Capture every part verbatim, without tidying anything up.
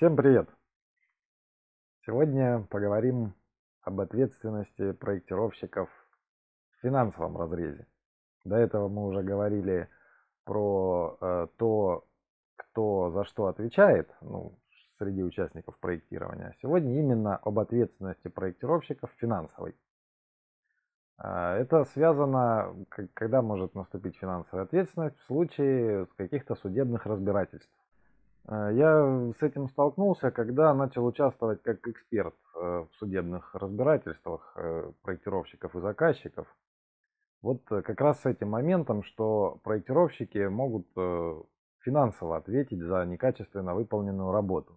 Всем привет! Сегодня поговорим об ответственности проектировщиков в финансовом разрезе. До этого мы уже говорили про э, то, кто за что отвечает, ну, среди участников проектирования. Сегодня именно об ответственности проектировщиков финансовой. А, Это связано, к- когда может наступить финансовая ответственность в случае каких-то судебных разбирательств. Э, Я с этим столкнулся, когда начал участвовать как эксперт э, в судебных разбирательствах э, проектировщиков и заказчиков. Вот э, как раз с этим моментом, что проектировщики могут э, финансово ответить за некачественно выполненную работу.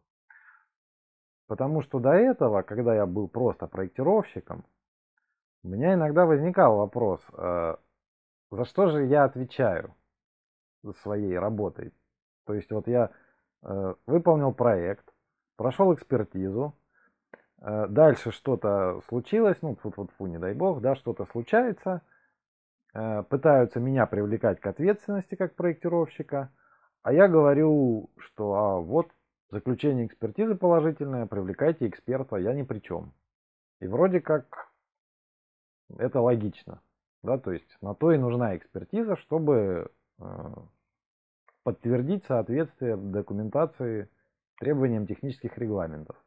Потому что до этого, когда я был просто проектировщиком, у меня иногда возникал вопрос, э, за что же я отвечаю своей работой. То есть вот я э, выполнил проект, прошел экспертизу. Э, Дальше что-то случилось, ну, тут вот фу, не дай бог, да, что-то случается, э, пытаются меня привлекать к ответственности как проектировщика, а я говорю, что а, вот заключение экспертизы положительное, привлекайте эксперта, я ни при чем. И вроде как это логично, да, то есть на то и нужна экспертиза, чтобы э, подтвердить соответствие документации требованиям технических регламентов.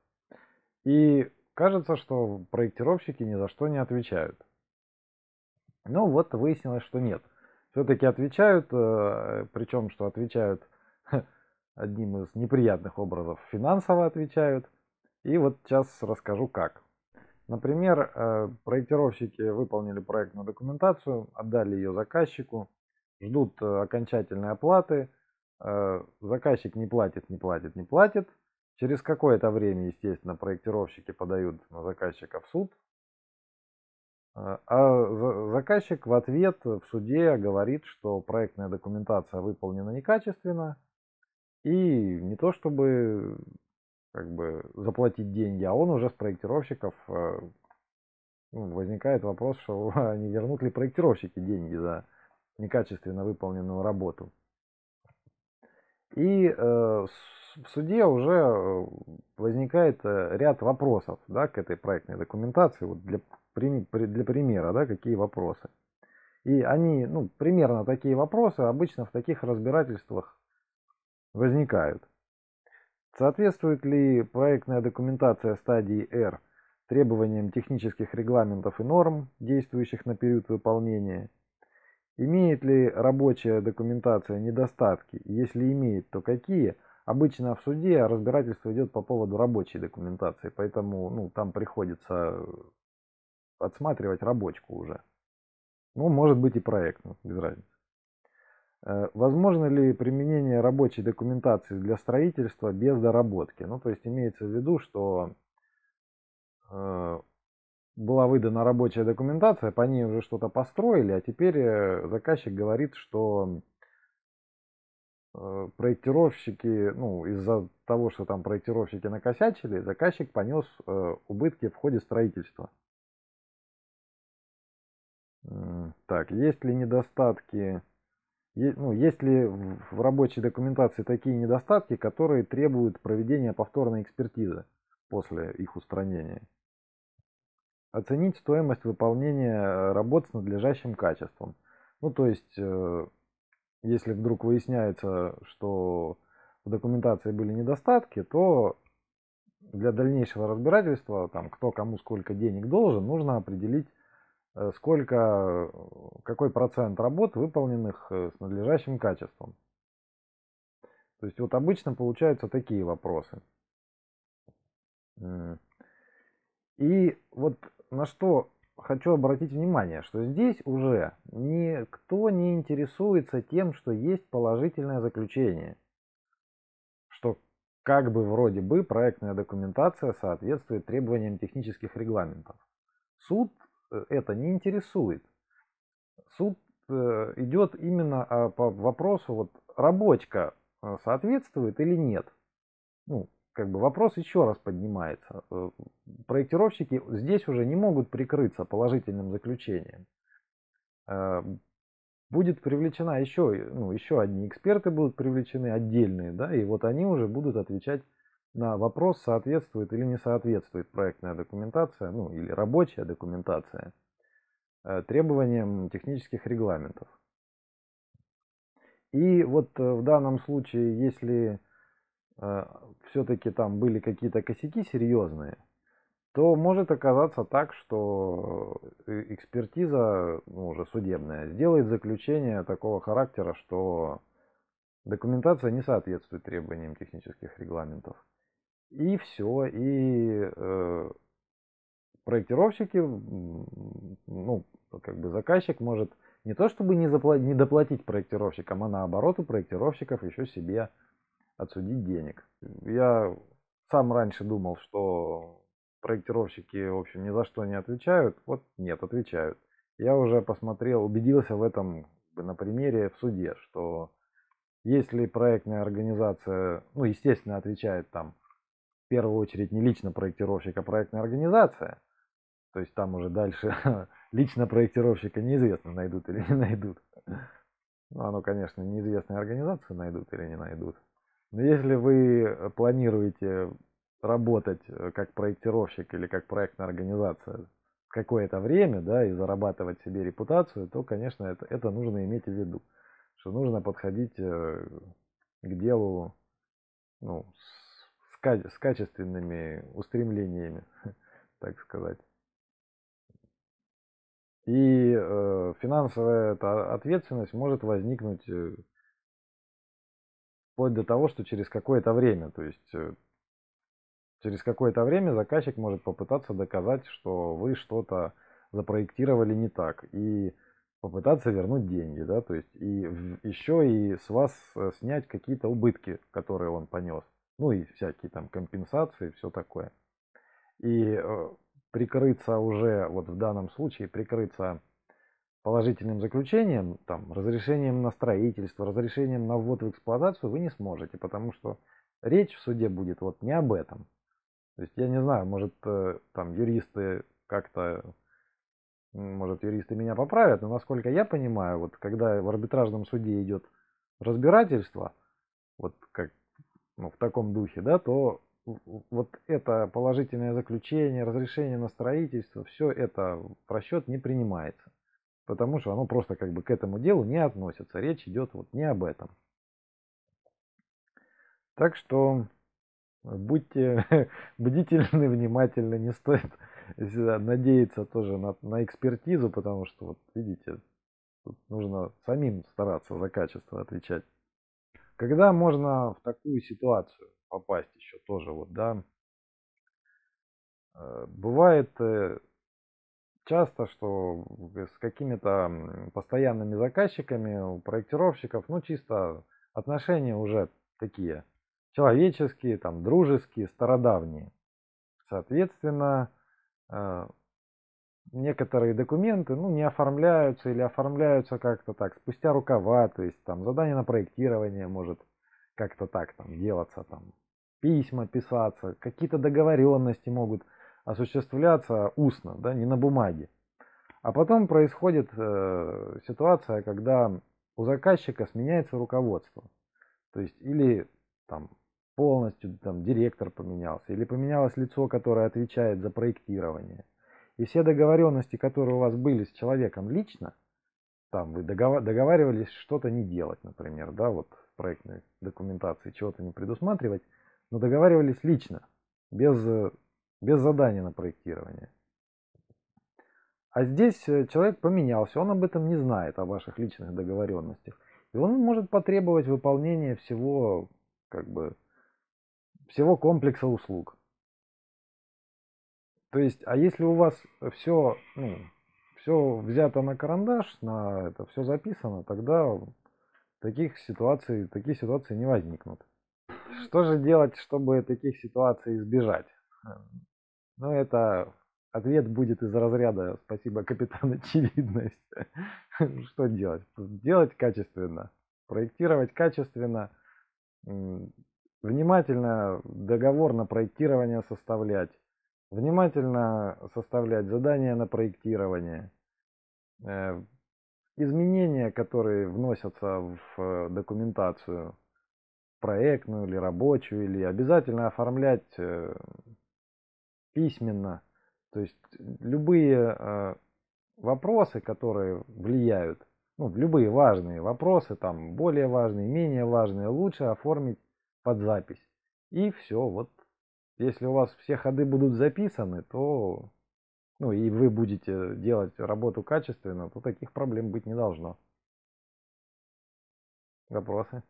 И кажется, что проектировщики ни за что не отвечают. Ну вот выяснилось, что нет. Все-таки отвечают, э, причем что отвечают одним из неприятных образов, финансово отвечают. И вот сейчас расскажу как. Например, э, проектировщики выполнили проектную документацию, отдали ее заказчику, ждут э, окончательной оплаты. Э, Заказчик не платит, не платит, не платит. Через какое-то время, естественно, проектировщики подают на заказчика в суд. Э, А за- заказчик в ответ в суде говорит, что проектная документация выполнена некачественно, и не то чтобы как бы заплатить деньги, а он уже с проектировщиков, э, ну, возникает вопрос, что не вернут ли проектировщики деньги за некачественно выполненную работу. И э, с- в суде уже э, возникает э, ряд вопросов, да, к этой проектной документации. Вот для, прими- при- для примера, да, какие вопросы. И они, ну, примерно такие вопросы обычно в таких разбирательствах возникают. Соответствует ли проектная документация стадии R требованиям технических регламентов и норм, действующих на период выполнения? Имеет ли рабочая документация недостатки? Если имеет, то какие? Обычно в суде разбирательство идет по поводу рабочей документации, поэтому ну, там приходится отсматривать рабочку уже. Ну, может быть и проектную, без разницы. Э, Возможно ли применение рабочей документации для строительства без доработки? Ну, то есть имеется в виду, что э, была выдана рабочая документация, по ней уже что-то построили, а теперь э, заказчик говорит, что э, проектировщики, ну, из-за того, что там проектировщики накосячили, заказчик понес э, убытки в ходе строительства. М, Так, есть ли недостатки, е- ну, есть ли в в рабочей документации такие недостатки, которые требуют проведения повторной экспертизы после их устранения? Оценить стоимость выполнения э, работ с надлежащим качеством. Ну, то есть, э, если вдруг выясняется, что в документации были недостатки, то для дальнейшего разбирательства, там, кто кому сколько денег должен, нужно определить, э, сколько, э, какой процент работ выполненных э, с надлежащим качеством. То есть вот обычно получаются такие вопросы. М. И вот на что хочу обратить внимание, что здесь уже никто не интересуется тем, что есть положительное заключение, что как бы вроде бы проектная документация соответствует требованиям технических регламентов. Суд э, это не интересует. Суд э, идет именно а, по вопросу, вот рабочка э, соответствует или нет. Ну, как бы вопрос еще раз поднимается. Э, Проектировщики здесь уже не могут прикрыться положительным заключением. Э, Будет привлечена еще, ну, еще одни эксперты будут привлечены отдельные, да, и вот они уже будут отвечать на вопрос, соответствует или не соответствует проектная документация, ну или рабочая документация, э, требованиям технических регламентов. И вот э, в данном случае, если э, все-таки там были какие-то косяки серьезные, то может оказаться так, что э, экспертиза, ну, уже судебная, сделает заключение такого характера, что документация не соответствует требованиям технических регламентов. И все, и э, проектировщики, ну, как бы заказчик может не то чтобы не, заплатить, не доплатить проектировщикам, а наоборот у проектировщиков еще себе отсудить денег. Я сам раньше думал, что проектировщики, в общем, ни за что не отвечают. Вот нет, отвечают. Я уже посмотрел, убедился в этом на примере в суде, что если проектная организация, ну, естественно, отвечает там в первую очередь не лично проектировщик, а проектная организация, то есть там уже дальше лично проектировщика неизвестно, найдут или не найдут. Ну, оно, конечно, неизвестные организации найдут или не найдут. Но если вы планируете работать э, как проектировщик или как проектная организация какое-то время, да, и зарабатывать себе репутацию, то, конечно, это, это нужно иметь в виду, что нужно подходить э, к делу, ну, с, с ка- с качественными устремлениями, так сказать. И э, финансовая эта ответственность может возникнуть э, вплоть до того, что через какое-то время, то есть э, через какое-то время заказчик может попытаться доказать, что вы что-то запроектировали не так, и попытаться вернуть деньги, да, то есть и в- еще и с вас э, снять какие-то убытки, которые он понес, ну и всякие там компенсации, все такое. И э, прикрыться уже, вот в данном случае, прикрыться положительным заключением, там, разрешением на строительство, разрешением на ввод в эксплуатацию вы не сможете, потому что речь в суде будет вот не об этом. То есть я не знаю, может э, там юристы как-то, может юристы меня поправят, но насколько я понимаю, вот когда в арбитражном суде идет разбирательство, вот как, ну, в таком духе, да, то вот это положительное заключение, разрешение на строительство, все это в расчет не принимается. Потому что оно просто как бы к этому делу не относится. Речь идет вот не об этом. Так что будьте бдительны, внимательны, не стоит надеяться тоже на, на экспертизу, потому что, вот видите, тут нужно самим стараться за качество отвечать. Когда можно в такую ситуацию попасть еще тоже, вот, да, э, бывает э, часто, что с какими-то постоянными заказчиками у проектировщиков, ну, чисто отношения уже такие человеческие, там, дружеские, стародавние. Соответственно, э, некоторые документы, ну, не оформляются или оформляются как-то так, спустя рукава, то есть там задание на проектирование может как-то так там делаться, там, письма писаться, какие-то договоренности могут осуществляться устно, да, не на бумаге. А потом происходит э, ситуация, когда у заказчика сменяется руководство. То есть или там полностью там директор поменялся, или поменялось лицо, которое отвечает за проектирование. И все договоренности, которые у вас были с человеком лично, там вы догова- договаривались что-то не делать, например, да, вот в проектной документации чего-то не предусматривать, но договаривались лично, без, э, без задания на проектирование. А здесь э, человек поменялся, он об этом не знает, о ваших личных договоренностях. И он может потребовать выполнения всего, как бы, всего комплекса услуг. То есть, а если у вас все, ну, все взято на карандаш, на это все записано, тогда таких ситуаций, такие ситуации не возникнут. Что же делать, чтобы таких ситуаций избежать? Ну, это ответ будет из разряда «Спасибо, капитан, очевидность». Что делать? Делать качественно, проектировать качественно, м, внимательно договор на проектирование составлять, внимательно составлять задания на проектирование, э, изменения, которые вносятся в э, документацию, проектную или рабочую, или обязательно оформлять э, письменно. То есть любые э, вопросы, которые влияют, ну, любые важные вопросы, там более важные, менее важные, лучше оформить под запись. И все, вот если у вас все ходы будут записаны, то, ну, и вы будете делать работу качественно, то таких проблем быть не должно. Вопросы?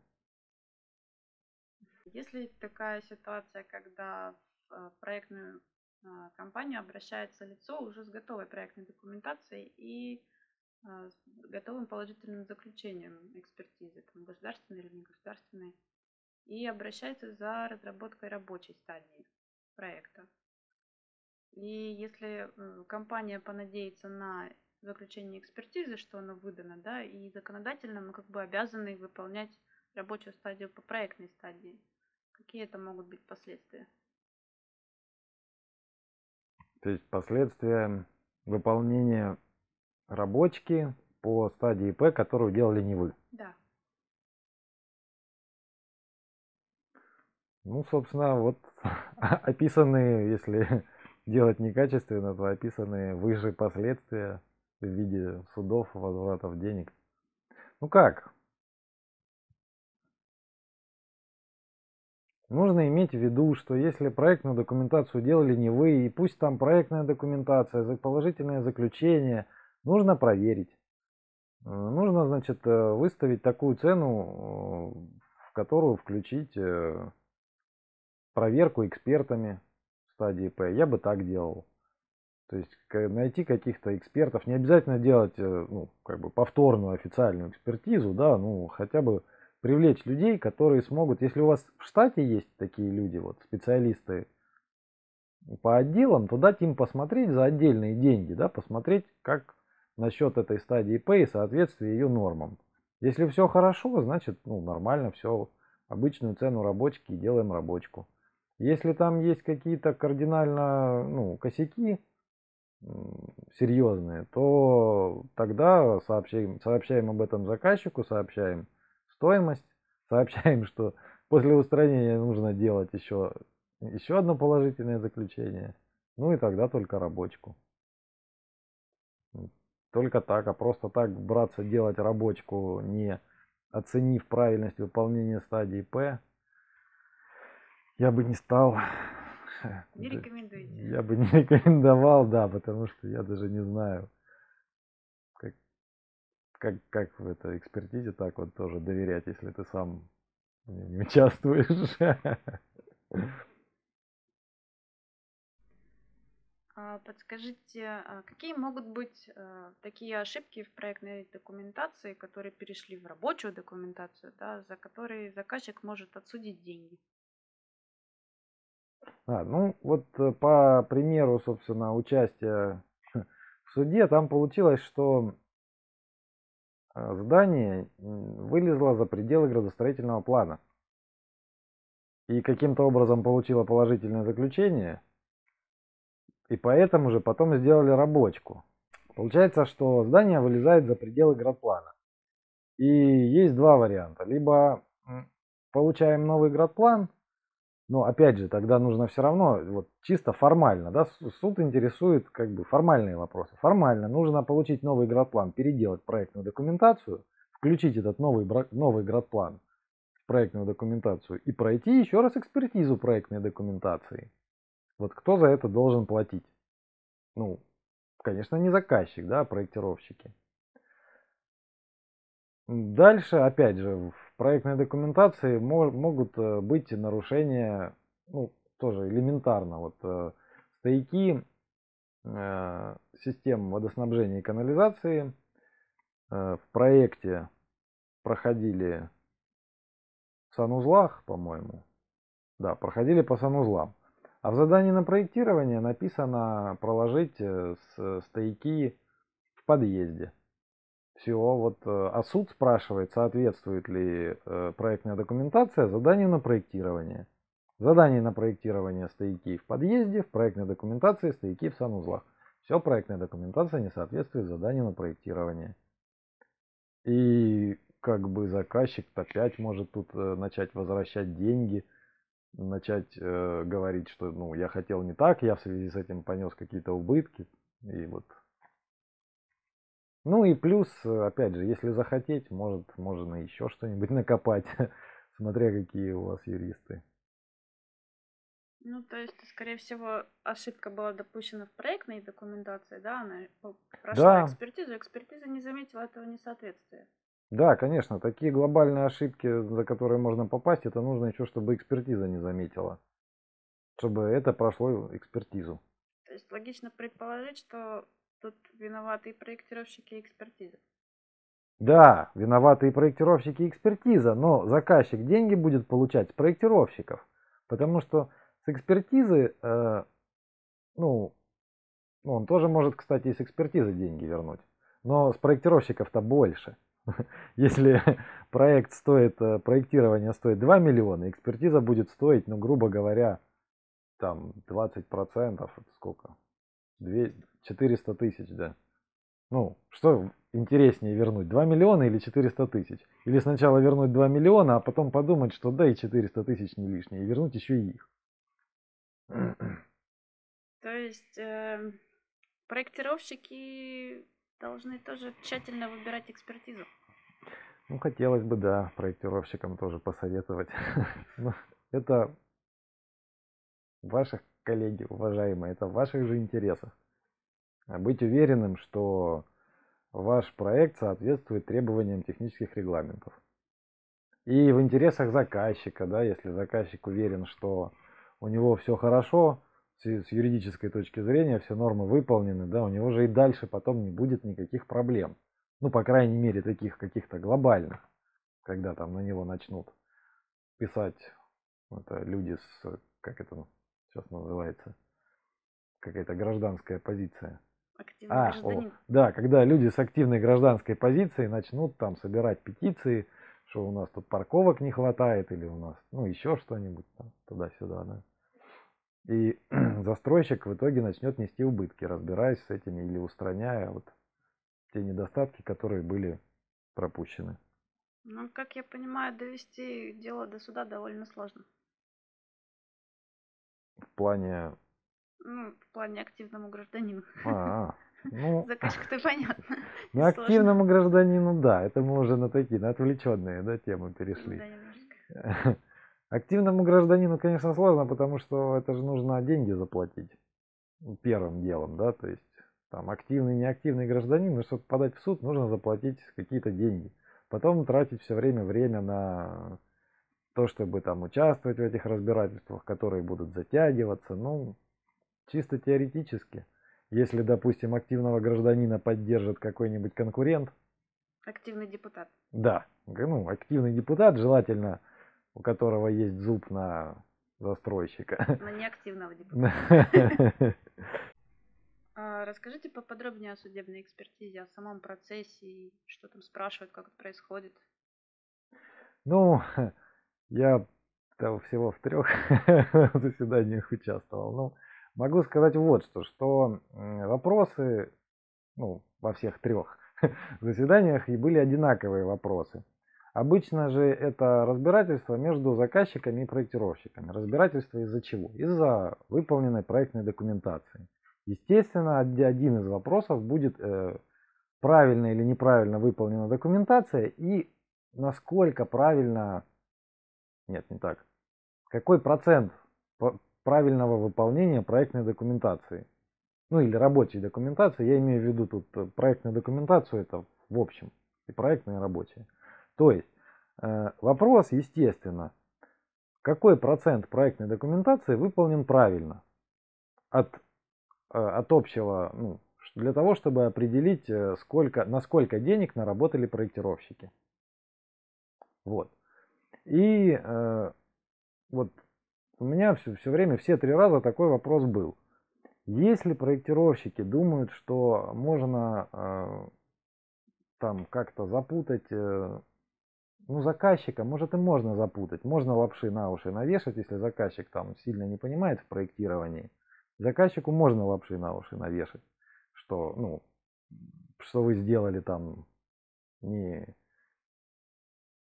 Если такая ситуация, когда в э, проектную а, компанию обращается лицо уже с готовой проектной документацией и а, с готовым положительным заключением экспертизы, там, государственной или негосударственной, и обращается за разработкой рабочей стадии проекта. И если э, компания понадеется на заключение экспертизы, что оно выдано, да, и законодательно мы как бы обязаны выполнять рабочую стадию по проектной стадии. Какие это могут быть последствия? То есть последствия выполнения рабочки по стадии П, которую делали не вы. Да. Ну, собственно, вот описанные, если делать некачественно, то описанные выше последствия в виде судов, возвратов денег. Ну как? Нужно иметь в виду, что если проектную документацию делали не вы, и пусть там проектная документация, за- положительное заключение, нужно проверить. Э, Нужно, значит, э, выставить такую цену, э, в которую включить э, проверку экспертами в стадии П. Я бы так делал. То есть к- найти каких-то экспертов, не обязательно делать э, ну, как бы повторную официальную экспертизу, да, ну хотя бы привлечь людей, которые смогут, если у вас в штате есть такие люди, вот специалисты по отделам, то дать им посмотреть за отдельные деньги, да, посмотреть, как насчет этой стадии П и соответствия ее нормам. Если все хорошо, значит, ну, нормально, все, обычную цену рабочки делаем рабочку. Если там есть какие-то кардинально, ну, косяки, серьезные, то тогда сообщаем, сообщаем об этом заказчику, сообщаем стоимость, сообщаем, что после устранения нужно делать еще, еще одно положительное заключение, ну и тогда только рабочку. Только так, а просто так браться делать рабочку, не оценив правильность выполнения стадии П, я бы не стал. Не рекомендуете. Я бы не рекомендовал, да, потому что я даже не знаю, как, как, как в этой экспертизе так вот тоже доверять, если ты сам в ней не участвуешь. А подскажите, а какие могут быть э, такие ошибки в проектной документации, которые перешли в рабочую документацию, да, за которые заказчик может отсудить деньги? А, ну вот э, по примеру, собственно, участия в суде, там получилось, что э, здание м, вылезло за пределы градостроительного плана и каким-то образом получило положительное заключение, и поэтому же потом сделали рабочку. Получается, что здание вылезает за пределы градплана. И есть два варианта. Либо м, получаем новый градплан, но опять же, тогда нужно все равно, вот чисто формально, да, су- суд интересует как бы формальные вопросы. Формально нужно получить новый градплан, переделать проектную документацию, включить этот новый, бра- новый градплан в проектную документацию и пройти еще раз экспертизу проектной документации. Вот кто за это должен платить? Ну, конечно, не заказчик, да, а проектировщики. Дальше, опять же, в проектной документации мо- могут э, быть нарушения, ну, тоже элементарно. Вот э, стояки э, систем водоснабжения и канализации э, в проекте проходили в санузлах, по-моему. Да, проходили по санузлам. А в задании на проектирование написано проложить э, с- стояки в подъезде. Все, вот, э, а суд спрашивает, соответствует ли э, проектная документация заданию на проектирование. В задании на проектирование стояки в подъезде, в проектной документации стояки в санузлах. Все, проектная документация не соответствует заданию на проектирование. И как бы заказчик опять может тут э, начать возвращать деньги, начать э, говорить, что ну я хотел не так, я в связи с этим понес какие-то убытки. И вот. Ну и плюс, э, опять же, если захотеть, может, можно еще что-нибудь накопать, смотря какие у вас юристы. Ну, то есть, скорее всего, ошибка была допущена в проектной документации, да, она по- прошла Да, экспертизу, экспертиза не заметила этого несоответствия. да, конечно, такие глобальные ошибки, за которые можно попасть, это нужно еще, чтобы экспертиза не заметила, чтобы это прошло экспертизу. То есть логично предположить, что тут виноваты и проектировщики, и экспертиза. Да, виноваты и проектировщики, и экспертиза, но заказчик деньги будет получать с проектировщиков, потому что с экспертизы, э, ну, ну, он тоже может, кстати, и с экспертизы деньги вернуть, но с проектировщиков-то больше. Если проект стоит, э, проектирование стоит два миллиона, экспертиза будет стоить, ну, грубо говоря, там двадцать процентов, это сколько? двести, четыреста тысяч, да. Ну, что интереснее вернуть, два миллиона или четыреста тысяч? Или сначала вернуть два миллиона, а потом подумать, что да и четыреста тысяч не лишние, и вернуть еще и их. То есть э, проектировщики должны тоже тщательно выбирать экспертизу. Ну, хотелось бы, да, проектировщикам тоже посоветовать. Но это ваших коллеги, уважаемые, это в ваших же интересах. А быть уверенным, что ваш проект соответствует требованиям технических регламентов. И в интересах заказчика, да, если заказчик уверен, что у него все хорошо, с с юридической точки зрения все нормы выполнены, да, у него же и дальше потом не будет никаких проблем. Ну, по крайней мере, таких каких-то глобальных, когда там на него начнут писать это люди с, как это сейчас называется, какая-то гражданская позиция. Активный А, о, гражданин. да, когда люди с активной гражданской позицией начнут там собирать петиции, что у нас тут парковок не хватает или у нас, ну, еще что-нибудь там, туда-сюда, да. И застройщик в итоге начнет нести убытки, разбираясь с этими или устраняя вот те недостатки, которые были пропущены. Ну, как я понимаю, довести дело до суда довольно сложно. В плане, Ну, в плане активному гражданину. а, ну, Заказчику-то понятно, ну, несложно. активному гражданину, да, это мы уже на такие, на отвлеченные, да, темы перешли. Да, немножко. Активному гражданину, конечно, сложно, потому что это же нужно деньги заплатить первым делом, да, то есть там активный, неактивный гражданин, но чтобы подать в суд, нужно заплатить какие-то деньги. Потом тратить все время время на то, чтобы там участвовать в этих разбирательствах, которые будут затягиваться. Ну, чисто теоретически. Если, допустим, активного гражданина поддержит какой-нибудь конкурент, Активный депутат. да, ну, активный депутат, желательно, у которого есть зуб на застройщика. Но не активного депутата. А, расскажите поподробнее о судебной экспертизе, о самом процессе, и что там спрашивают, как это происходит. Ну, я всего в трех заседаниях участвовал. Ну, могу сказать вот что, что вопросы, ну, во всех трех заседаниях и были одинаковые вопросы. Обычно же это разбирательство между заказчиками и проектировщиками. Разбирательство из-за чего? Из-за выполненной проектной документации. Естественно, один из вопросов будет э, правильно или неправильно выполнена документация и насколько правильно, нет, не так, какой процент правильного выполнения проектной документации. Ну или рабочей документации, я имею в виду тут проектную документацию, это в общем, и проектная, и рабочая. То есть э, вопрос, естественно, какой процент проектной документации выполнен правильно от, э, от общего, ну, для того, чтобы определить, э, сколько, на сколько денег наработали проектировщики. Вот. И э, вот у меня все, все время, все три раза такой вопрос был. Если проектировщики думают, что можно э, там как-то запутать, э, ну, заказчика, может и можно запутать, можно лапши на уши навешать, если заказчик там сильно не понимает в проектировании. Заказчику можно лапши на уши навешать, что, ну, что вы сделали там не,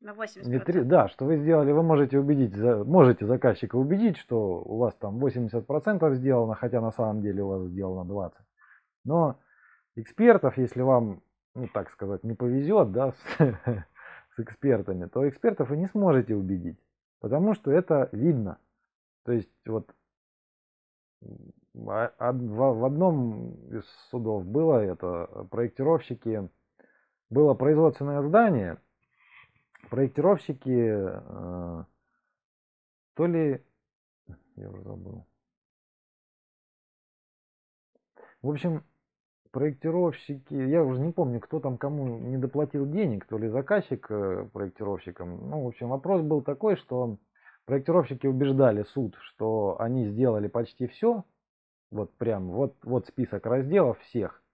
На восемьдесят Не три, процентов. да, что вы сделали, вы можете убедить, за- можете заказчика убедить, что у вас там восемьдесят процентов сделано, хотя на самом деле у вас сделано двадцать процентов. Но экспертов, если вам, ну так сказать, не повезет, да, с, с экспертами, то экспертов вы не сможете убедить, потому что это видно. То есть вот а- а- в в одном из судов было это, проектировщики, было производственное здание, проектировщики, э, то ли, я уже забыл. В общем, проектировщики, я уже не помню, кто там кому не доплатил денег, то ли заказчик э, проектировщикам. Ну, в общем, вопрос был такой, что проектировщики убеждали суд, что они сделали почти все, вот прям, вот, вот список разделов всех,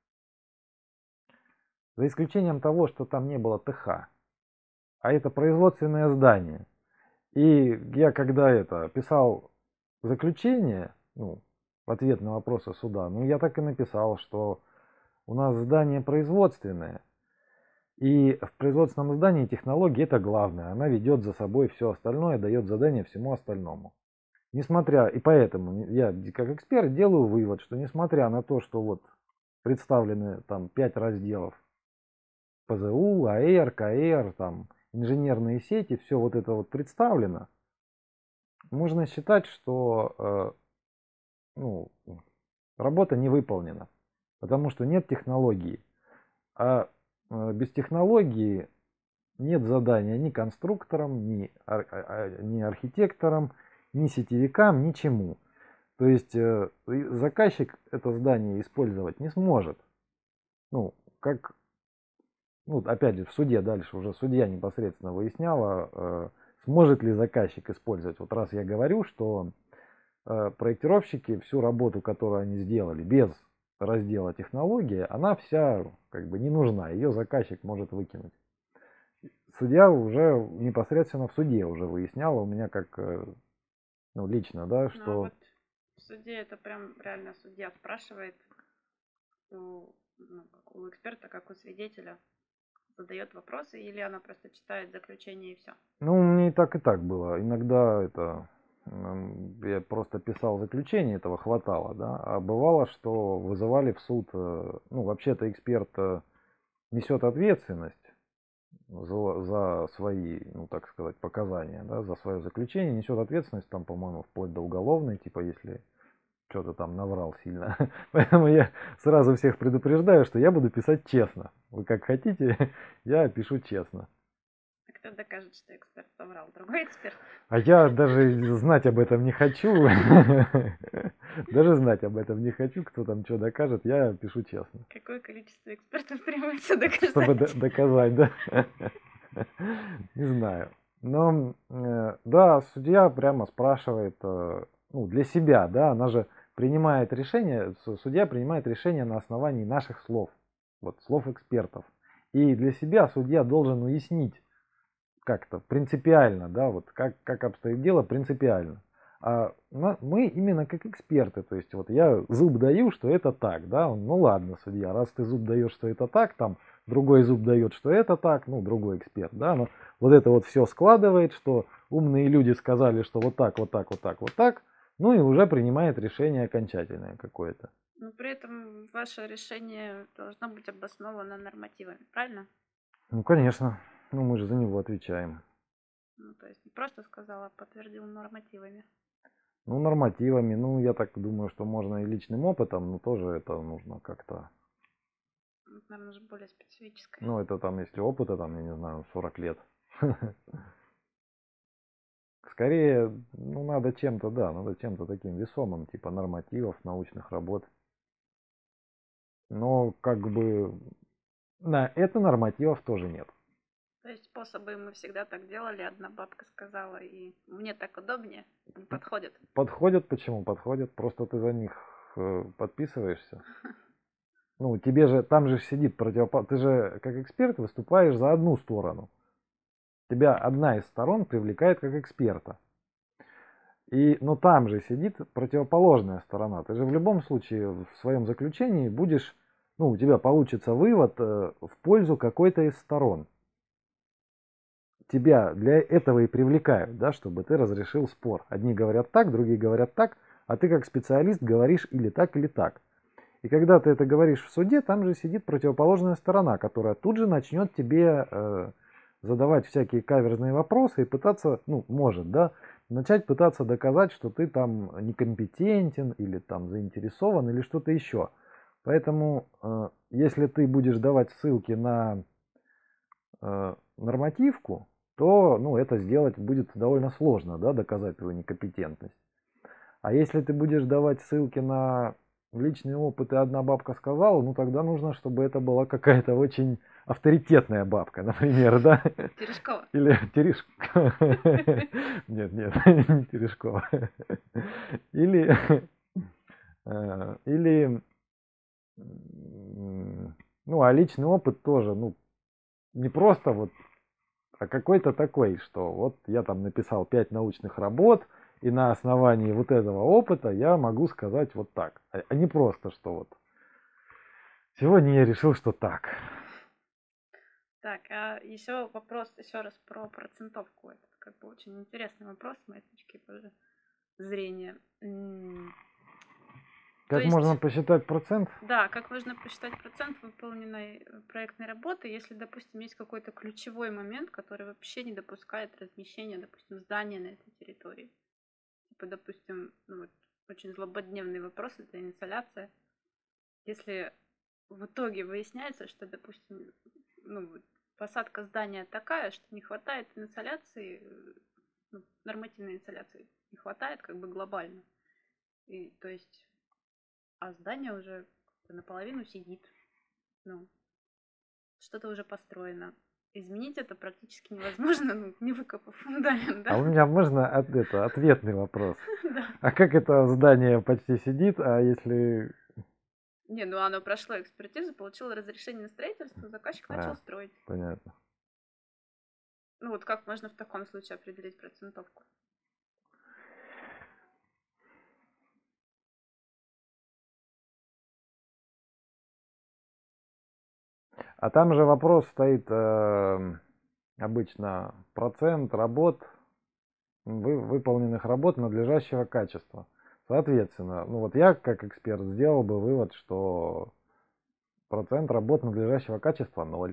за исключением того, что там не было ТХ, а это производственное здание. И я когда это писал заключение, ну, в ответ на вопросы суда, ну, я так и написал, что у нас здание производственное, и в производственном здании технология это главное. Она ведет за собой все остальное, дает задание всему остальному. Несмотря, и поэтому я как эксперт делаю вывод, что несмотря на то, что вот представлены там пять разделов ПЗУ, АЭР, КАЭР, там инженерные сети, все вот это вот представлено, можно считать, что э, ну, работа не выполнена, потому что нет технологии. А э, без технологии нет задания ни конструкторам, ни, ар- а- а- ни архитекторам, ни сетевикам, ничему. То есть э, и заказчик это здание использовать не сможет. Ну, как, ну, опять же, в суде дальше уже судья непосредственно выясняла, э, сможет ли заказчик использовать. Вот раз я говорю, что э, проектировщики всю работу, которую они сделали без раздела технологии, она вся как бы не нужна, ее заказчик может выкинуть. Судья уже непосредственно в суде уже выясняла у меня как, э, ну, лично, да, Ну, а что, вот в суде это прям реально судья спрашивает у, ну, как у эксперта, как у свидетеля, задает вопросы, или она просто читает заключение и все. ну, мне и так и так было. Иногда это, м, я просто писал заключение, этого хватало, да, а бывало, что вызывали в суд, э, ну, вообще-то эксперт э, несет ответственность за, за свои, ну, так сказать, показания, да, за свое заключение, несет ответственность там, по-моему, вплоть до уголовной, типа, если что-то там наврал сильно. Поэтому я сразу всех предупреждаю, что я буду писать честно. Вы как хотите, я пишу честно. А кто докажет, что эксперт соврал? Другой эксперт? А я даже знать об этом не хочу. Даже знать об этом не хочу, кто там что докажет, я пишу честно. Какое количество экспертов требуется Чтобы доказать? доказать, да? Не знаю. Но, э, да, судья прямо спрашивает, э, ну, для себя, да, она же принимает решение, судья принимает решение на основании наших слов, вот, слов экспертов. И для себя судья должен уяснить как-то принципиально, да, вот как, как обстоит дело принципиально. А мы именно как эксперты, то есть вот я зуб даю, что это так, да, он, ну ладно, судья, раз ты зуб даешь, что это так, там другой зуб дает, что это так, ну другой эксперт, да, но вот это вот все складывает, что умные люди сказали, что вот так, вот так, вот так, вот так, ну и уже принимает решение окончательное какое-то. Но при этом ваше решение должно быть обосновано нормативами, правильно? Ну конечно, ну мы же за него отвечаем. Ну, то есть не просто сказала, а подтвердил нормативами. Ну, нормативами, ну, я так думаю, что можно и личным опытом, но тоже это нужно как-то, Это, наверное, уже более специфическое. ну, это там, если опыта, там, я не знаю, сорок лет. Скорее, ну, надо чем-то, да, надо чем-то таким весомым, типа нормативов, научных работ. Но, как бы, на это нормативов тоже нет. То есть способы мы всегда так делали, одна бабка сказала, и мне так удобнее, не подходит. Подходят, почему подходят? Просто ты за них э, подписываешься. Ну, тебе же, там же сидит противоположный, ты же как эксперт выступаешь за одну сторону. Тебя одна из сторон привлекает как эксперта. И, но там же сидит противоположная сторона. Ты же в любом случае в своем заключении будешь, ну, у тебя получится вывод э, в пользу какой-то из сторон. тебя для этого и привлекают, да, чтобы ты разрешил спор. Одни говорят так, другие говорят так, а ты как специалист говоришь или так, или так. И когда ты это говоришь в суде, там же сидит противоположная сторона, которая тут же начнет тебе э, задавать всякие каверзные вопросы и пытаться, ну, может, да, начать пытаться доказать, что ты там некомпетентен или там заинтересован или что-то еще. Поэтому, э, если ты будешь давать ссылки на э, нормативку, то, ну, это сделать будет довольно сложно, да, доказать твою некомпетентность. А если ты будешь давать ссылки на личный опыт, и одна бабка сказала, ну тогда нужно, чтобы это была какая-то очень авторитетная бабка, например, да? Терешкова. Или Терешкова. Нет, нет, не Терешкова. Или, э, или, м, ну, а личный опыт тоже, ну, не просто вот, а какой-то такой, что вот я там написал пять научных работ, и на основании вот этого опыта я могу сказать вот так. А а не просто, что вот сегодня я решил, что так. Так, а еще вопрос еще раз про процентовку. Это как бы очень интересный вопрос с моей точки тоже зрения. М, То Как можно есть, посчитать процент? да, как можно посчитать процент выполненной э, проектной работы, если, допустим, есть какой-то ключевой момент, который вообще не допускает размещения, допустим, здания на этой территории. Типа, допустим, ну вот очень злободневный вопрос — это инсоляция. Если в итоге выясняется, что, допустим, ну, вот посадка здания такая, что не хватает инсоляции, э, ну, нормативной инсоляции не хватает как бы глобально. И, то есть, а здание уже как бы наполовину сидит. Ну, что-то уже построено. Изменить это практически невозможно, ну, не выкопав фундамент, А да? у меня можно от, это, ответный вопрос. Да. А как это здание почти сидит, а если... Не, ну оно прошло экспертизу, получило разрешение на строительство, заказчик начал А, строить. понятно. Ну вот как можно в таком случае определить процентовку? А там же вопрос стоит э, обычно процент работ, вы, выполненных работ надлежащего качества. Соответственно, ну вот я как эксперт сделал бы вывод, что процент работ надлежащего качества ноль.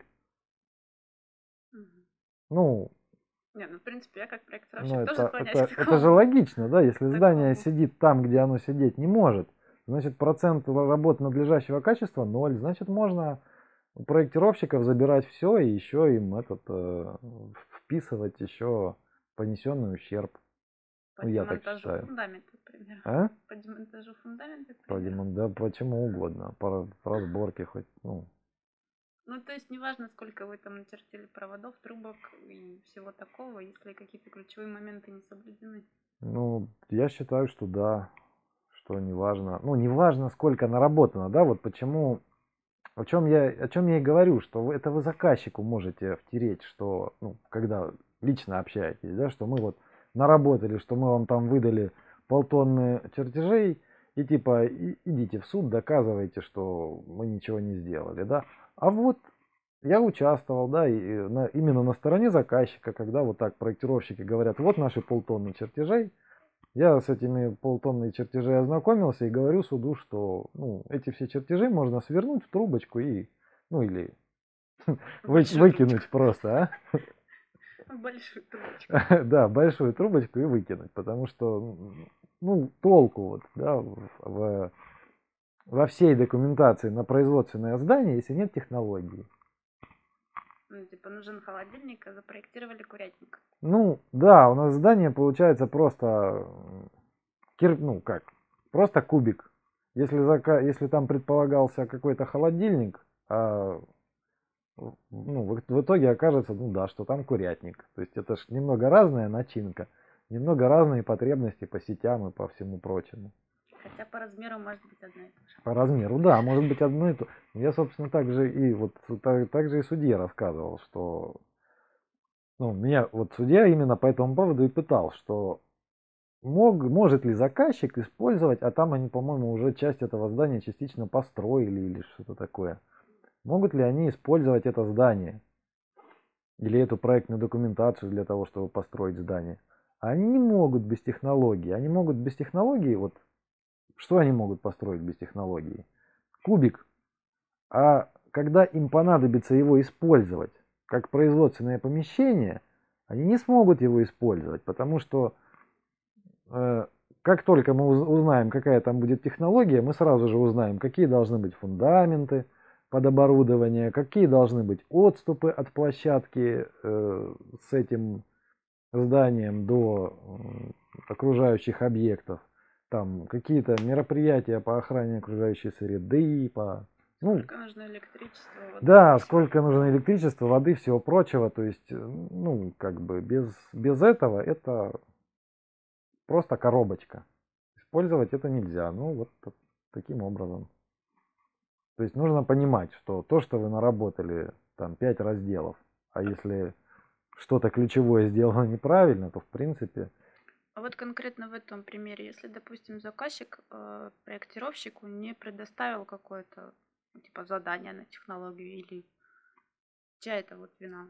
Мгм. Ну, Не, ну в принципе я как ну проектировщик тоже это, склоняюсь к это, это же такому. логично, да? Если здание такому. сидит там, где оно сидеть не может, значит процент работ надлежащего качества ноль. Значит можно у проектировщиков забирать все и еще им этот э, вписывать еще понесенный ущерб. По Ну я так демонтажу считаю. фундамента, к примеру. А? По демонтажу фундамента, к По примеру. демон- да почему угодно. По разборке хоть, ну. Ну, то есть неважно, сколько вы там начертили проводов, трубок и всего такого, если какие-то ключевые моменты не соблюдены. Ну, я считаю, что да, что не важно. Ну, не важно, сколько наработано, да, вот почему, о чем я, о чем я и говорю, что вы, это вы заказчику можете втереть, что, ну, когда лично общаетесь, да, что мы вот наработали, что мы вам там выдали полтонны чертежей, и типа и, идите в суд, доказывайте, что мы ничего не сделали, да. А вот я участвовал, да, и на, именно на стороне заказчика, когда вот так проектировщики говорят, вот наши полтонны чертежей, я с этими полтонны чертежей ознакомился и говорю суду, что, ну, эти все чертежи можно свернуть в трубочку и, ну, или В вы, большую трубочку. выкинуть просто, В большую трубочку. а? Да, большую трубочку и выкинуть, потому что, ну, толку вот, да, в, в- во всей документации на производственное здание, если нет технологии. Ну, типа нужен холодильник, а запроектировали курятник. Ну, да, у нас здание получается просто, кир, ну, как, просто кубик. Если, зака, если там предполагался какой-то холодильник, а, ну, в, в итоге окажется, ну да, что там курятник. То есть это ж немного разная начинка, немного разные потребности по сетям и по всему прочему. Хотя по размеру может быть одно и то же. По размеру, да, может быть одно и то. Я, собственно, также и вот так, так же и судье рассказывал, что, ну, меня вот судья именно по этому поводу и пытал, что мог, может ли заказчик использовать, а там они, по-моему, уже часть этого здания частично построили или что-то такое. Могут ли они использовать это здание или эту проектную документацию для того, чтобы построить здание. Они не могут без технологии. Они могут без технологии, вот что они могут построить без технологии? Кубик. А когда им понадобится его использовать как производственное помещение, они не смогут его использовать, потому что э, как только мы узнаем, какая там будет технология, мы сразу же узнаем, какие должны быть фундаменты под оборудование, какие должны быть отступы от площадки э, с этим зданием до э, окружающих объектов, там какие-то мероприятия по охране окружающей среды, по ну, Сколько нужно электричества, воды, да, всего. сколько нужно электричества, воды, всего прочего. То есть, э, ну, как бы без, без этого это просто коробочка. Использовать это нельзя. Ну, вот так- таким образом. То есть нужно понимать, что то, что вы наработали, там, пять разделов, а если что-то ключевое сделано неправильно, то, в принципе, А вот конкретно в этом примере, если, допустим, заказчик э, проектировщику не предоставил какое-то ну, типа задание на технологию, или чья это вот вина?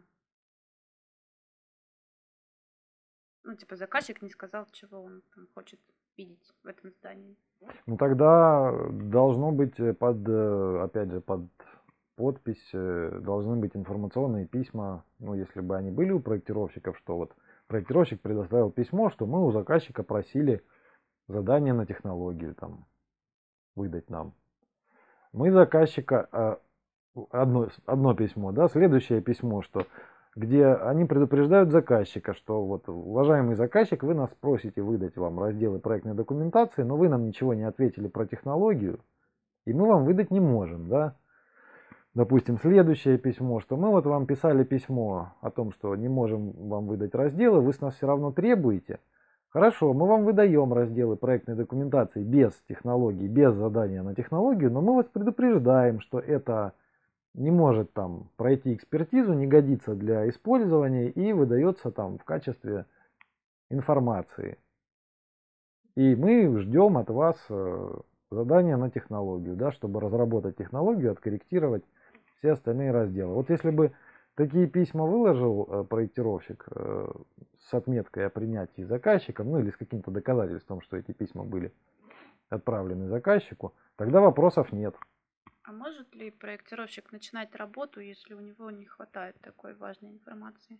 Ну, типа заказчик не сказал, чего он там хочет видеть в этом здании. ну, тогда должно быть э, под, э, опять же, под подпись, э, должны быть информационные письма, ну, если бы они были у проектировщиков, что вот проектировщик предоставил письмо, что мы у заказчика просили задание на технологию там выдать нам. Мы заказчика, а, одно, одно письмо, да, следующее письмо, что где они предупреждают заказчика, что вот, уважаемый заказчик, вы нас просите выдать вам разделы проектной документации, но вы нам ничего не ответили про технологию, и мы вам выдать не можем, да. Допустим, следующее письмо, что мы вот вам писали письмо о том, что не можем вам выдать разделы, вы с нас все равно требуете. Хорошо, мы вам выдаем разделы проектной документации без технологий, без задания на технологию, но мы вас предупреждаем, что это не может там пройти экспертизу, не годится для использования и выдается там в качестве информации. И мы ждем от вас э, задания на технологию, да, чтобы разработать технологию, откорректировать все остальные разделы. Вот если бы такие письма выложил э, проектировщик э, с отметкой о принятии заказчиком, ну или с каким-то доказательством, что эти письма были отправлены заказчику, тогда вопросов нет. А может ли проектировщик начинать работу, если у него не хватает такой важной информации?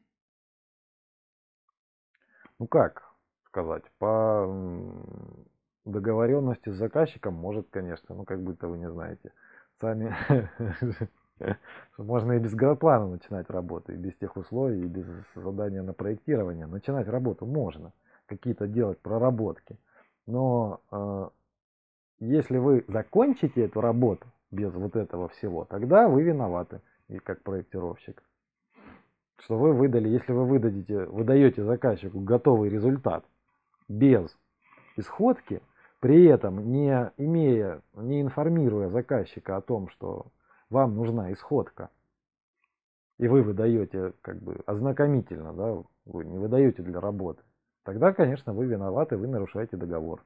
Ну как сказать, по договоренности с заказчиком может, конечно, ну как будто вы не знаете. Сами можно и без градплана начинать работу, и без тех условий, и без задания на проектирование. Начинать работу можно, какие-то делать проработки. Но э, если вы закончите эту работу без вот этого всего, тогда вы виноваты, и как проектировщик. Что вы выдали, если вы выдадите, выдаете заказчику готовый результат без исходки, при этом не имея, не информируя заказчика о том, что вам нужна исходка, и вы выдаете как бы ознакомительно, да, вы не выдаете для работы, тогда, конечно, вы виноваты, вы нарушаете договор.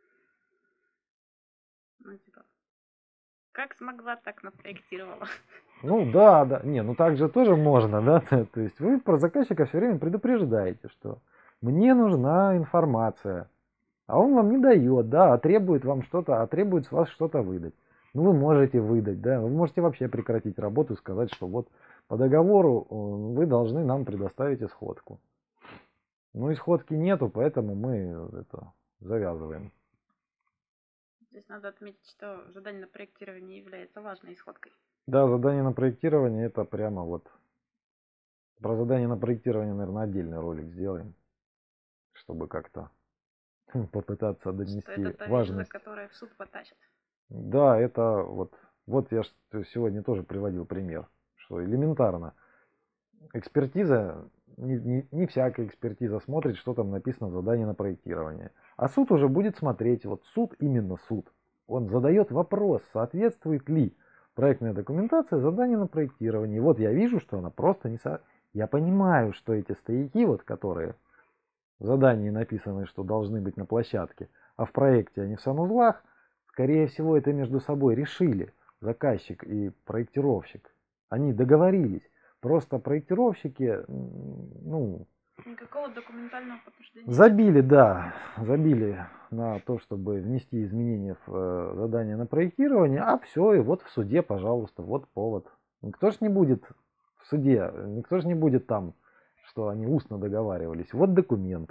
Ну, типа, как смогла, так напроектировала. Ну да, да, не, ну так же тоже можно, да, то есть вы про заказчика все время предупреждаете, что мне нужна информация, а он вам не дает, да, а требует вам что-то, а требует с вас что-то выдать. Ну вы можете выдать, да, вы можете вообще прекратить работу и сказать, что вот по договору э, вы должны нам предоставить исходку. Ну исходки нету, поэтому мы это завязываем. Здесь надо отметить, что задание на проектирование является важной исходкой. Да, задание на проектирование это прямо вот. Про задание на проектирование, наверное, отдельный ролик сделаем, чтобы как-то попытаться Что это донести та вещь, за важность. которой в суд потащат. Да, это вот, вот я ж сегодня тоже приводил пример, что элементарно. Экспертиза, не, не, не всякая экспертиза смотрит, что там написано в задании на проектирование. А суд уже будет смотреть, вот суд, именно суд, он задает вопрос, соответствует ли проектная документация заданию на проектирование. И вот я вижу, что она просто не со... Я понимаю, что эти стояки, вот, которые в задании написаны, что должны быть на площадке, а в проекте они в санузлах, скорее всего, это между собой решили заказчик и проектировщик. Они договорились. Просто проектировщики, ну, Никакого документального подтверждения нет. забили, да, забили на то, чтобы внести изменения в э, задание на проектирование, а все, и вот в суде, пожалуйста, вот повод. Никто же не будет в суде, никто же не будет там, что они устно договаривались. Вот документ.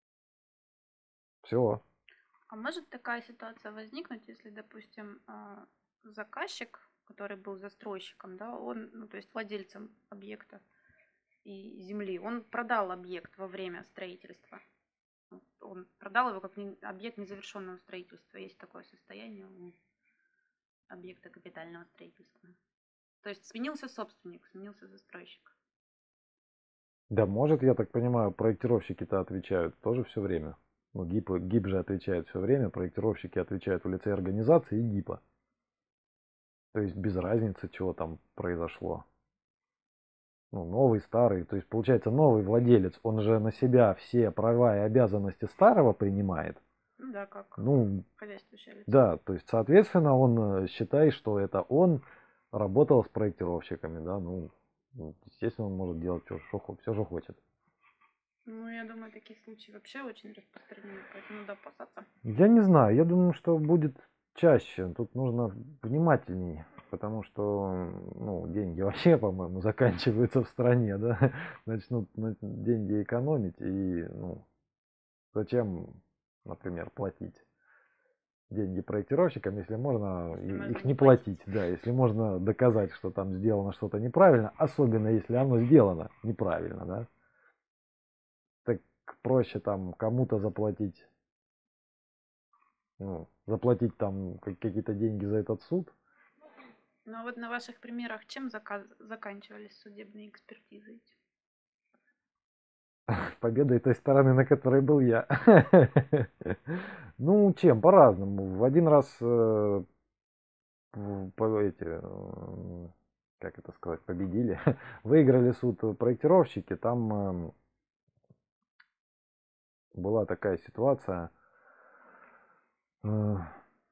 Все. А может такая ситуация возникнуть, если, допустим, а, заказчик, который был застройщиком, да, он, ну, то есть владельцем объекта и земли, он продал объект во время строительства. Вот он продал его как не- объект незавершенного строительства. Есть такое состояние у объекта капитального строительства. То есть сменился собственник, сменился застройщик. Да, может, я так понимаю, проектировщики-то отвечают тоже все время. Ну, ГИП, ГИП же отвечает все время, проектировщики отвечают в лице организации и ГИПа. То есть без разницы, чего там произошло. Ну, новый, старый. То есть, получается, новый владелец, он же на себя все права и обязанности старого принимает. Ну да, как Ну, хозяйствующее лицо. да, то есть, соответственно, он э, считает, что это он работал с проектировщиками, да, ну, ну, естественно, он может делать все, что, все, что хочет. Ну, я думаю, такие случаи вообще очень распространены, поэтому надо опасаться. Я не знаю, я думаю, что будет чаще. Тут нужно внимательней, потому что, ну, деньги вообще, по-моему, заканчиваются в стране, да, начнут на- деньги экономить, и, ну, зачем, например, платить деньги проектировщикам, если можно Если и- можно их не не платить, да, если можно доказать, что там сделано что-то неправильно, особенно если оно сделано неправильно, да, так проще там кому-то заплатить, ну, заплатить там как- какие-то деньги за этот суд. Ну, а вот на ваших примерах чем заказ... заканчивались судебные экспертизы эти? Победой той стороны, на которой был я. Ну, чем? По-разному. В один раз э, в- по эти, э, как это сказать, победили. Выиграли суд проектировщики. Там эм, была такая ситуация. э,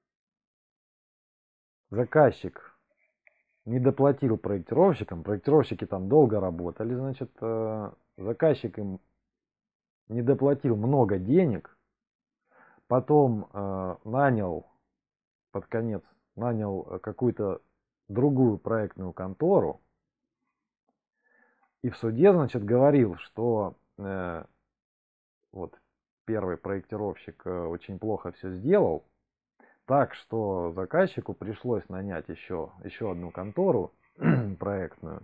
Заказчик не доплатил проектировщикам. Проектировщики там долго работали, значит, э, заказчик им не доплатил много денег. Потом э, нанял под конец нанял э, какую-то другую проектную контору и в суде, значит, говорил, что э, вот первый проектировщик э, очень плохо все сделал, так что заказчику пришлось нанять еще, еще одну контору проектную.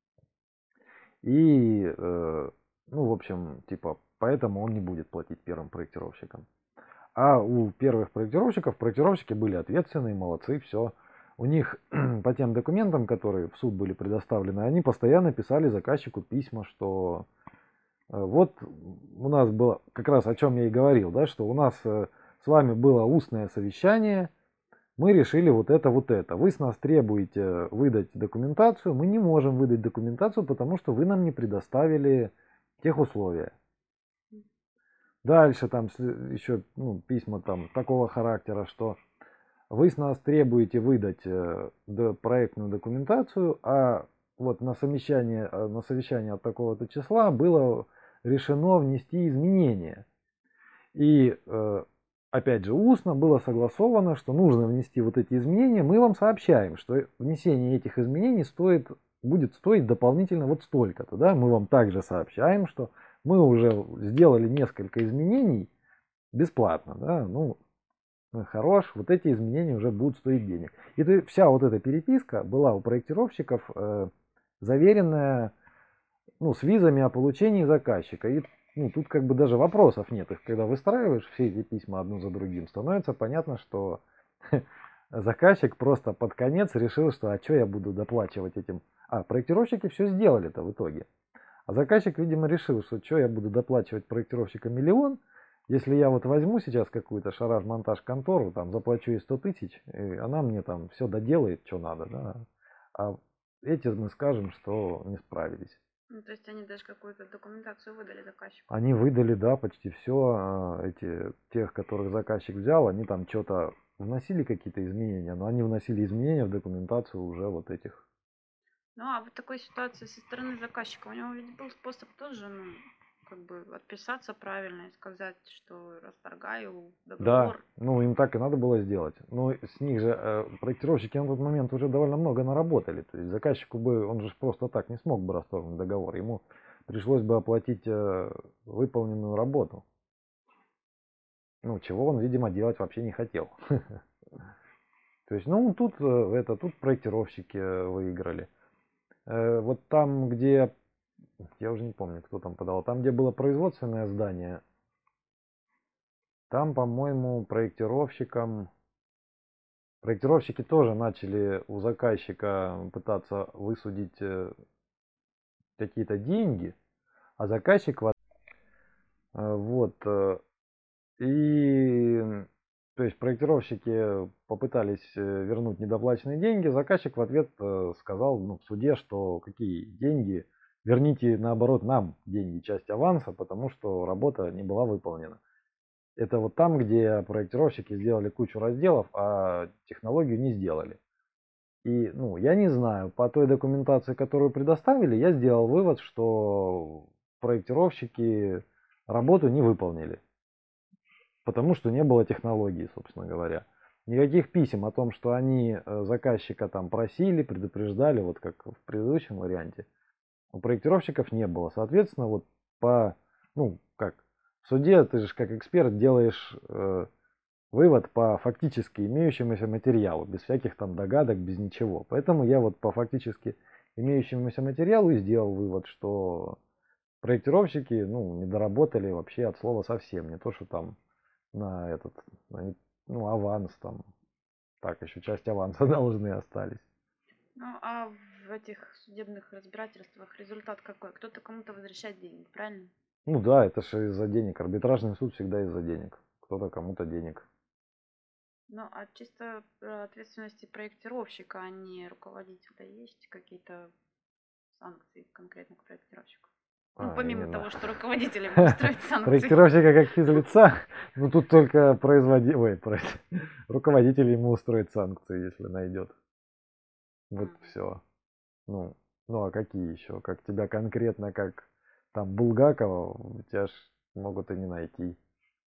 И, э, ну, в общем, типа, поэтому он не будет платить первым проектировщикам. А у первых проектировщиков, проектировщики были ответственные, молодцы, все. У них по тем документам, которые в суд были предоставлены, они постоянно писали заказчику письма, что э, вот у нас было, как раз о чем я и говорил, да, что у нас э, с вами было устное совещание, мы решили вот это, вот это. Вы с нас требуете выдать документацию, мы не можем выдать документацию, потому что вы нам не предоставили тех условия. Дальше там еще ну, письма там такого характера, что вы с нас требуете выдать э, до- проектную документацию, а вот на совещание, э, на совещание от такого-то числа было решено внести изменения. И э, опять же устно было согласовано, что нужно внести вот эти изменения. Мы вам сообщаем, что внесение этих изменений стоит, будет стоить дополнительно вот столько-то. Да? Мы вам также сообщаем, что мы уже сделали несколько изменений бесплатно. Да? Ну, хорош, вот эти изменения уже будут стоить денег. И то, вся вот эта переписка была у проектировщиков э, заверенная ну, с визами о получении заказчика. И ну, тут как бы даже вопросов нет. Их когда выстраиваешь все эти письма одно за другим, становится понятно, что заказчик просто под конец решил, что а что я буду доплачивать этим. А, проектировщики все сделали-то в итоге. А заказчик, видимо, решил, что что я буду доплачивать проектировщика миллион, если я вот возьму сейчас какую-то шараж-монтаж контору, там заплачу ей сто тысяч, и она мне там все доделает, что надо, да. А эти мы скажем, что не справились. Ну, то есть они даже какую-то документацию выдали заказчику. Они выдали, да, почти все, эти, тех, которых заказчик взял, они там что-то вносили какие-то изменения, но они вносили изменения в документацию уже вот этих. Ну, а в такой ситуации со стороны заказчика у него ведь был способ тоже, ну, как бы отписаться правильно и сказать, что расторгаю Да, договор. ну им так и надо было сделать. Но с них же э, проектировщики на тот момент уже довольно много наработали. То есть заказчику бы, он же ж просто так не смог бы расторгнуть договор. Ему пришлось бы оплатить э, выполненную работу. Ну, чего он, видимо, делать вообще не хотел. То есть, ну, тут э, это, тут проектировщики э, выиграли. Э, Вот там, где, я уже не помню, кто там подал, там, где было производственное здание, там, по-моему, проектировщикам, проектировщики тоже начали у заказчика пытаться высудить э, какие-то деньги, а заказчик в от- э, вот, э, и, то есть проектировщики попытались э, вернуть недоплаченные деньги, заказчик в ответ э, сказал, ну, в суде, что какие деньги, верните наоборот нам деньги, часть аванса, потому что работа не была выполнена. Это вот там, где проектировщики сделали кучу разделов, а технологию не сделали. И, ну, я не знаю, по той документации, которую предоставили, я сделал вывод, что проектировщики работу не выполнили, потому что не было технологии, собственно говоря. Никаких писем о том, что они э, заказчика там просили, предупреждали, вот как в предыдущем варианте, у проектировщиков не было. Соответственно, вот по, ну, как, в суде ты же как эксперт делаешь э, вывод по фактически имеющемуся материалу, без всяких там догадок, без ничего. Поэтому я вот по фактически имеющемуся материалу и сделал вывод, что проектировщики, ну, не доработали вообще от слова совсем. Не то, что там на этот, на, ну, аванс там, так, еще часть аванса должны остались. Ну, а в этих судебных разбирательствах результат какой? Кто-то кому-то возвращает деньги, правильно? Ну да, это же из-за денег. Арбитражный суд всегда из-за денег. Кто-то кому-то денег. Ну, а чисто э, ответственности проектировщика, а не руководителя, есть какие-то санкции конкретно к проектировщику? Ну, А, помимо именно. того, что руководитель ему устроит санкции. Проектировщика как физлица, ну тут только производитель, ой, произ- руководитель ему устроит санкции, если найдет. Вот Мгм. все. Ну, ну а какие еще? Как тебя конкретно, как там Булгакова, тебя ж могут и не найти.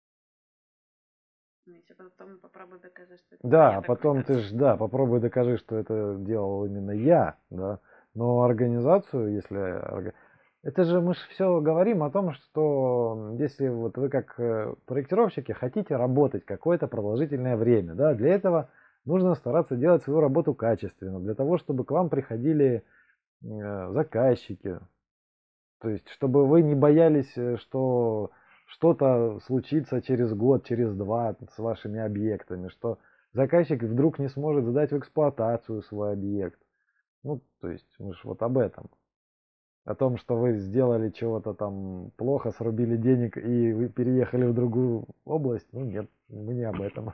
Ну, если потом попробуй доказать, что это Да, твоя а потом ты документация. ж, да, попробуй докажи, что это делал именно я, да. Но организацию, если... орга- Это же мы же все говорим о том, что если вот вы как э, проектировщики хотите работать какое-то продолжительное время, да, для этого нужно стараться делать свою работу качественно, для того, чтобы к вам приходили э, заказчики, то есть чтобы вы не боялись, э, что что-то случится через год, через два с вашими объектами, что заказчик вдруг не сможет сдать в эксплуатацию свой объект. Ну, то есть мы же вот об этом. О том, что вы сделали чего-то там плохо, срубили денег и вы переехали в другую область. Ну нет, мы не об этом.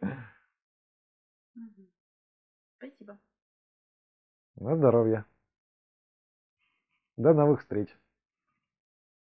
Мгм. Спасибо. На здоровье. До новых встреч.